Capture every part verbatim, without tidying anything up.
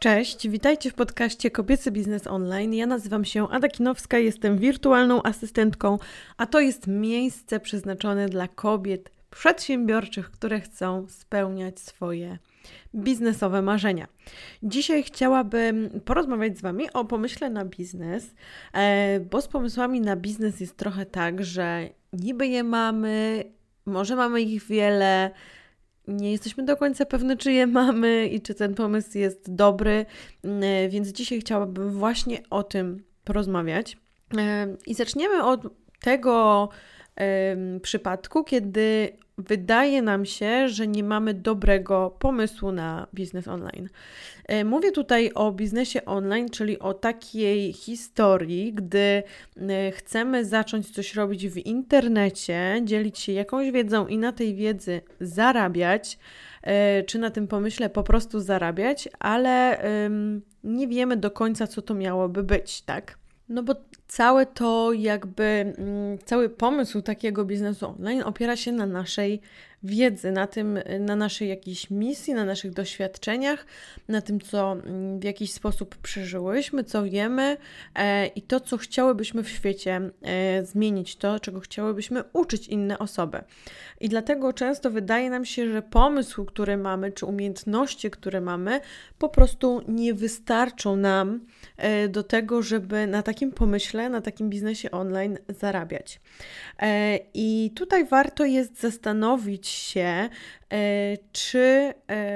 Cześć, witajcie w podcaście Kobiecy Biznes Online. Ja nazywam się Ada Kinowska, jestem wirtualną asystentką, a to jest miejsce przeznaczone dla kobiet przedsiębiorczych, które chcą spełniać swoje biznesowe marzenia. Dzisiaj chciałabym porozmawiać z Wami o pomyśle na biznes, bo z pomysłami na biznes jest trochę tak, że niby je mamy, może mamy ich wiele, nie jesteśmy do końca pewne, czy je mamy i czy ten pomysł jest dobry, więc dzisiaj chciałabym właśnie o tym porozmawiać. I zaczniemy od tego przypadku, kiedy wydaje nam się, że nie mamy dobrego pomysłu na biznes online. Mówię tutaj o biznesie online, czyli o takiej historii, gdy chcemy zacząć coś robić w internecie, dzielić się jakąś wiedzą i na tej wiedzy zarabiać, czy na tym pomyśle po prostu zarabiać, ale nie wiemy do końca, co to miałoby być, tak? No bo całe to jakby, cały pomysł takiego biznesu online opiera się na naszej wiedzy, na tym, na naszej jakiejś misji, na naszych doświadczeniach, na tym, co w jakiś sposób przeżyłyśmy, co wiemy e, i to, co chciałybyśmy w świecie e, zmienić, to, czego chciałybyśmy uczyć inne osoby. I dlatego często wydaje nam się, że pomysł, który mamy, czy umiejętności, które mamy, po prostu nie wystarczą nam e, do tego, żeby na takim pomyśle, na takim biznesie online zarabiać. E, I tutaj warto jest zastanowić się, czy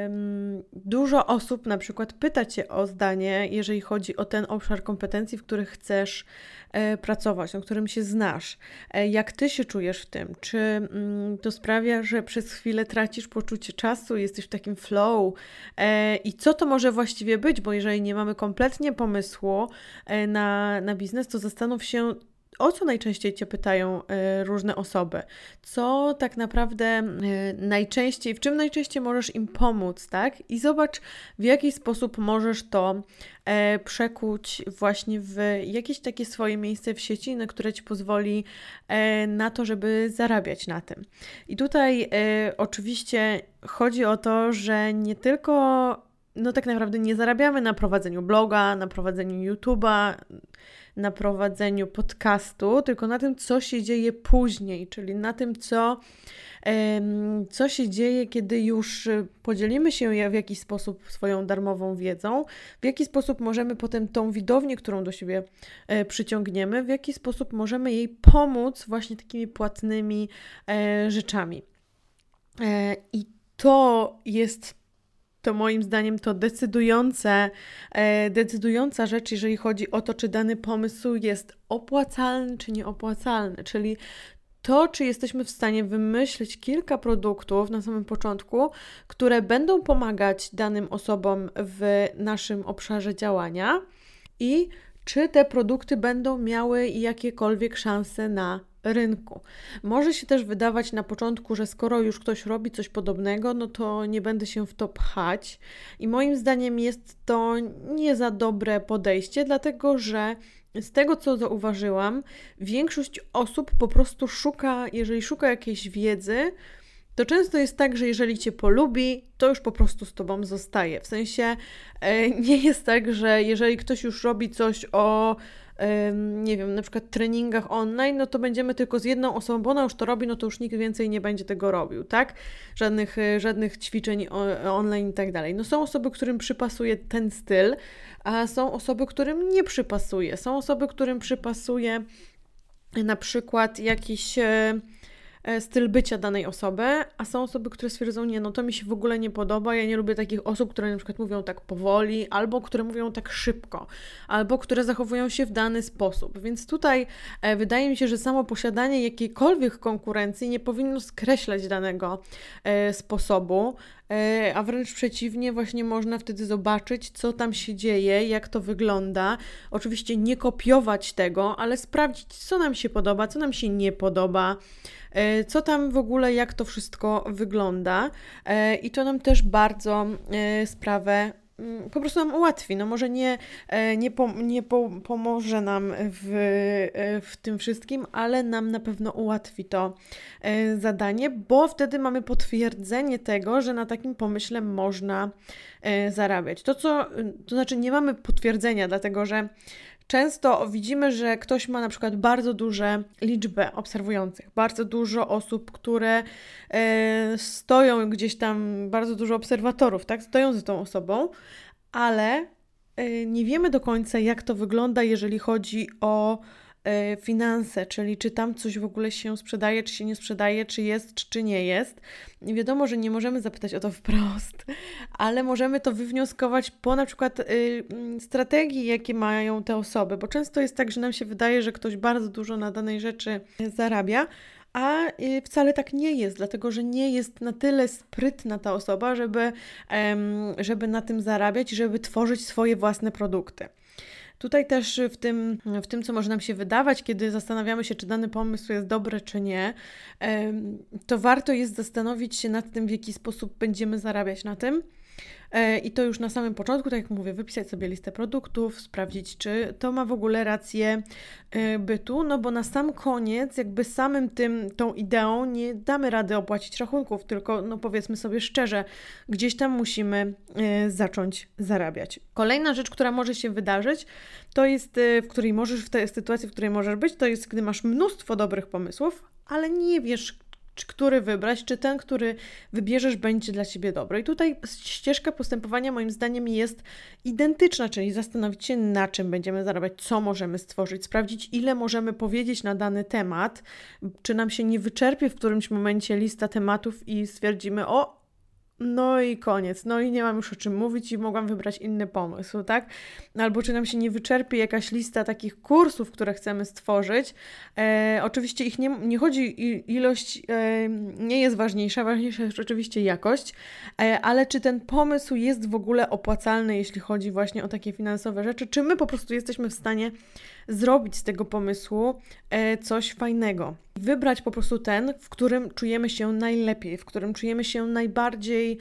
dużo osób na przykład pyta Cię o zdanie, jeżeli chodzi o ten obszar kompetencji, w których chcesz pracować, na którym się znasz. Jak Ty się czujesz w tym? Czy to sprawia, że przez chwilę tracisz poczucie czasu, jesteś w takim flow? I co to może właściwie być? Bo jeżeli nie mamy kompletnie pomysłu na, na biznes, to zastanów się, o co najczęściej Cię pytają y, różne osoby? Co tak naprawdę y, najczęściej, w czym najczęściej możesz im pomóc, tak? I zobacz, w jaki sposób możesz to y, przekuć właśnie w jakieś takie swoje miejsce w sieci, na które Ci pozwoli y, na to, żeby zarabiać na tym. I tutaj y, oczywiście chodzi o to, że nie tylko, no tak naprawdę nie zarabiamy na prowadzeniu bloga, na prowadzeniu YouTube'a, na prowadzeniu podcastu, tylko na tym, co się dzieje później, czyli na tym, co, co się dzieje, kiedy już podzielimy się w jakiś sposób swoją darmową wiedzą, w jaki sposób możemy potem tą widownię, którą do siebie przyciągniemy, w jaki sposób możemy jej pomóc właśnie takimi płatnymi rzeczami. I to jest to moim zdaniem to decydujące, e, decydująca rzecz, jeżeli chodzi o to, czy dany pomysł jest opłacalny, czy nieopłacalny, czyli to, czy jesteśmy w stanie wymyślić kilka produktów na samym początku, które będą pomagać danym osobom w naszym obszarze działania i czy te produkty będą miały jakiekolwiek szanse na rynku. Może się też wydawać na początku, że skoro już ktoś robi coś podobnego, no to nie będę się w to pchać. I moim zdaniem jest to nie za dobre podejście, dlatego że z tego, co zauważyłam, większość osób po prostu szuka, jeżeli szuka jakiejś wiedzy, to często jest tak, że jeżeli Cię polubi, to już po prostu z Tobą zostaje. W sensie e, nie jest tak, że jeżeli ktoś już robi coś o nie wiem, na przykład treningach online, no to będziemy tylko z jedną osobą, bo ona już to robi, no to już nikt więcej nie będzie tego robił, tak? Żadnych, żadnych ćwiczeń online i tak dalej. No są osoby, którym przypasuje ten styl, a są osoby, którym nie przypasuje. Są osoby, którym przypasuje na przykład jakiś styl bycia danej osoby, a są osoby, które stwierdzą, nie, no to mi się w ogóle nie podoba, ja nie lubię takich osób, które na przykład mówią tak powoli, albo które mówią tak szybko, albo które zachowują się w dany sposób. Więc tutaj e, wydaje mi się, że samo posiadanie jakiejkolwiek konkurencji nie powinno skreślać danego e, sposobu, e, a wręcz przeciwnie, właśnie można wtedy zobaczyć, co tam się dzieje, jak to wygląda. Oczywiście nie kopiować tego, ale sprawdzić, co nam się podoba, co nam się nie podoba, co tam w ogóle, jak to wszystko wygląda i to nam też bardzo sprawę mm, po prostu nam ułatwi. No może nie, e, nie, po, nie po, pomoże nam w, e, w tym wszystkim, ale nam na pewno ułatwi to e, zadanie, bo wtedy mamy potwierdzenie tego, że na takim pomyśle można e, zarabiać. To, co, to znaczy nie mamy potwierdzenia, dlatego że często widzimy, że ktoś ma na przykład bardzo duże liczbę obserwujących, bardzo dużo osób, które e, stoją gdzieś tam, bardzo dużo obserwatorów, tak, stoją za tą osobą, ale e, nie wiemy do końca, jak to wygląda, jeżeli chodzi o e, finanse, czyli czy tam coś w ogóle się sprzedaje, czy się nie sprzedaje, czy jest, czy, czy nie jest. I wiadomo, że nie możemy zapytać o to wprost, ale możemy to wywnioskować po na przykład y, strategii, jakie mają te osoby, bo często jest tak, że nam się wydaje, że ktoś bardzo dużo na danej rzeczy zarabia, a y, wcale tak nie jest, dlatego że nie jest na tyle sprytna ta osoba, żeby, em, żeby na tym zarabiać i żeby tworzyć swoje własne produkty. Tutaj też w tym, w tym, co może nam się wydawać, kiedy zastanawiamy się, czy dany pomysł jest dobry, czy nie, to warto jest zastanowić się nad tym, w jaki sposób będziemy zarabiać na tym. I to już na samym początku, tak jak mówię, wypisać sobie listę produktów, sprawdzić, czy to ma w ogóle rację bytu, no bo na sam koniec, jakby samym tym, tą ideą nie damy rady opłacić rachunków, tylko no powiedzmy sobie szczerze, gdzieś tam musimy zacząć zarabiać. Kolejna rzecz, która może się wydarzyć, to jest, w której możesz, w tej sytuacji, w której możesz być, to jest, gdy masz mnóstwo dobrych pomysłów, ale nie wiesz, czy który wybrać, czy ten, który wybierzesz, będzie dla Ciebie dobry. I tutaj ścieżka postępowania moim zdaniem jest identyczna, czyli zastanowić się, na czym będziemy zarabiać, co możemy stworzyć, sprawdzić, ile możemy powiedzieć na dany temat, czy nam się nie wyczerpie w którymś momencie lista tematów i stwierdzimy, o, no i koniec, no i nie mam już o czym mówić i mogłam wybrać inny pomysł, tak? Albo czy nam się nie wyczerpie jakaś lista takich kursów, które chcemy stworzyć. E, oczywiście ich nie, nie chodzi, ilość e, nie jest ważniejsza, ważniejsza jest oczywiście jakość, e, ale czy ten pomysł jest w ogóle opłacalny, jeśli chodzi właśnie o takie finansowe rzeczy, czy my po prostu jesteśmy w stanie zrobić z tego pomysłu e, coś fajnego. Wybrać po prostu ten, w którym czujemy się najlepiej, w którym czujemy się najbardziej,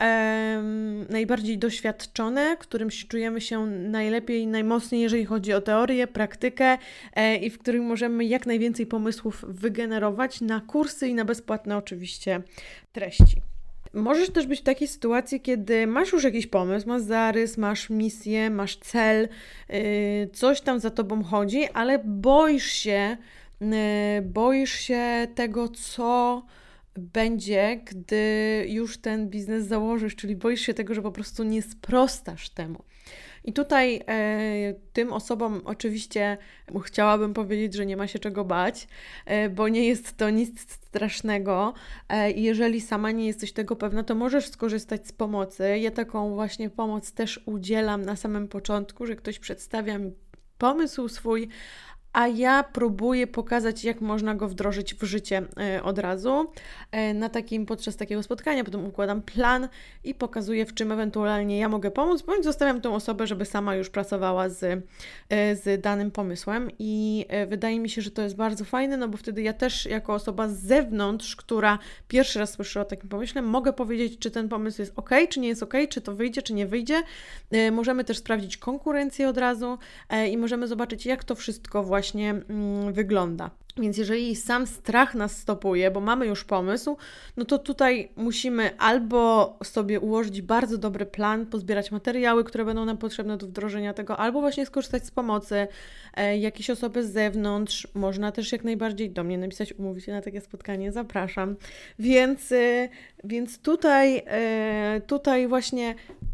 e, najbardziej doświadczone, w którym czujemy się najlepiej, najmocniej, jeżeli chodzi o teorię, praktykę e, i w którym możemy jak najwięcej pomysłów wygenerować na kursy i na bezpłatne oczywiście treści. Możesz też być w takiej sytuacji, kiedy masz już jakiś pomysł, masz zarys, masz misję, masz cel, yy, coś tam za Tobą chodzi, ale boisz się, yy, boisz się tego, co będzie, gdy już ten biznes założysz, czyli boisz się tego, że po prostu nie sprostasz temu. I tutaj e, tym osobom oczywiście chciałabym powiedzieć, że nie ma się czego bać, e, bo nie jest to nic strasznego e, i jeżeli sama nie jesteś tego pewna, to możesz skorzystać z pomocy. Ja taką właśnie pomoc też udzielam na samym początku, że ktoś przedstawia mi pomysł swój, a ja próbuję pokazać, jak można go wdrożyć w życie y, od razu. Y, na takim, podczas takiego spotkania potem układam plan i pokazuję, w czym ewentualnie ja mogę pomóc, bądź zostawiam tę osobę, żeby sama już pracowała z, y, z danym pomysłem i y, wydaje mi się, że to jest bardzo fajne, no bo wtedy ja też jako osoba z zewnątrz, która pierwszy raz słyszy o takim pomyśle, mogę powiedzieć, czy ten pomysł jest ok, czy nie jest ok, czy to wyjdzie, czy nie wyjdzie. Y, możemy też sprawdzić konkurencję od razu y, i możemy zobaczyć, jak to wszystko właśnie właśnie mm, wygląda. Więc jeżeli sam strach nas stopuje, bo mamy już pomysł, no to tutaj musimy albo sobie ułożyć bardzo dobry plan, pozbierać materiały, które będą nam potrzebne do wdrożenia tego, albo właśnie skorzystać z pomocy e, jakiejś osoby z zewnątrz. Można też jak najbardziej do mnie napisać, umówić się na takie spotkanie, zapraszam. Więc, e, więc tutaj, e, tutaj właśnie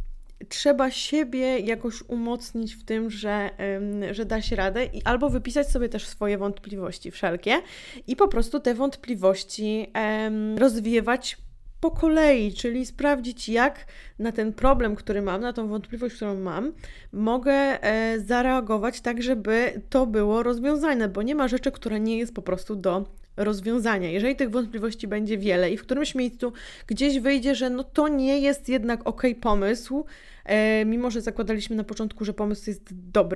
trzeba siebie jakoś umocnić w tym, że, ym, że da się radę i albo wypisać sobie też swoje wątpliwości wszelkie i po prostu te wątpliwości ym, rozwiewać po kolei, czyli sprawdzić, jak na ten problem, który mam, na tą wątpliwość, którą mam, mogę e, zareagować tak, żeby to było rozwiązane, bo nie ma rzeczy, która nie jest po prostu do rozwiązania. Jeżeli tych wątpliwości będzie wiele i w którymś miejscu gdzieś wyjdzie, że no to nie jest jednak okej pomysł, e, mimo że zakładaliśmy na początku, że pomysł jest dobry,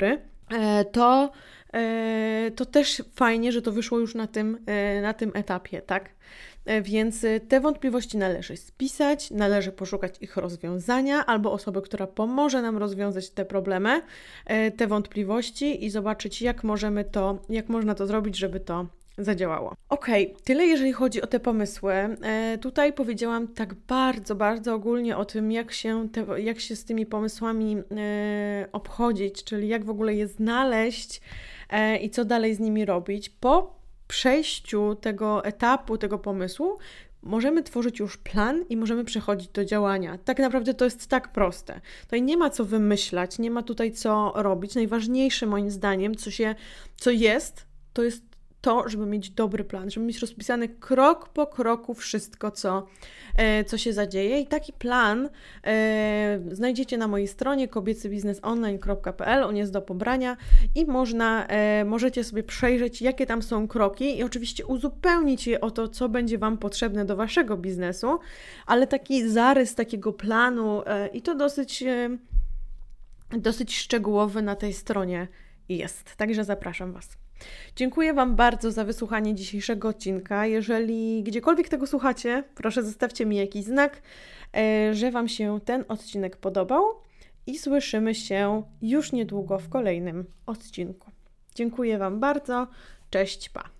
to, to też fajnie, że to wyszło już na tym, na tym etapie, tak? Więc te wątpliwości należy spisać, należy poszukać ich rozwiązania albo osoby, która pomoże nam rozwiązać te problemy, te wątpliwości i zobaczyć, jak możemy to, jak można to zrobić, żeby to zadziałało. Ok, tyle jeżeli chodzi o te pomysły. E, tutaj powiedziałam tak bardzo, bardzo ogólnie o tym, jak się, te, jak się z tymi pomysłami e, obchodzić, czyli jak w ogóle je znaleźć e, i co dalej z nimi robić. Po przejściu tego etapu, tego pomysłu, możemy tworzyć już plan i możemy przechodzić do działania. Tak naprawdę to jest tak proste. Tutaj nie ma co wymyślać, nie ma tutaj co robić. Najważniejsze moim zdaniem, co się, co jest, to jest to, żeby mieć dobry plan, żeby mieć rozpisany krok po kroku wszystko, co, e, co się zadzieje i taki plan e, znajdziecie na mojej stronie kobiecy biznes online kropka p l, on jest do pobrania i można, e, możecie sobie przejrzeć, jakie tam są kroki i oczywiście uzupełnić je o to, co będzie Wam potrzebne do Waszego biznesu, ale taki zarys takiego planu e, i to dosyć, e, dosyć szczegółowy na tej stronie jest, także zapraszam Was. Dziękuję Wam bardzo za wysłuchanie dzisiejszego odcinka. Jeżeli gdziekolwiek tego słuchacie, proszę zostawcie mi jakiś znak, że Wam się ten odcinek podobał i słyszymy się już niedługo w kolejnym odcinku. Dziękuję Wam bardzo. Cześć, pa!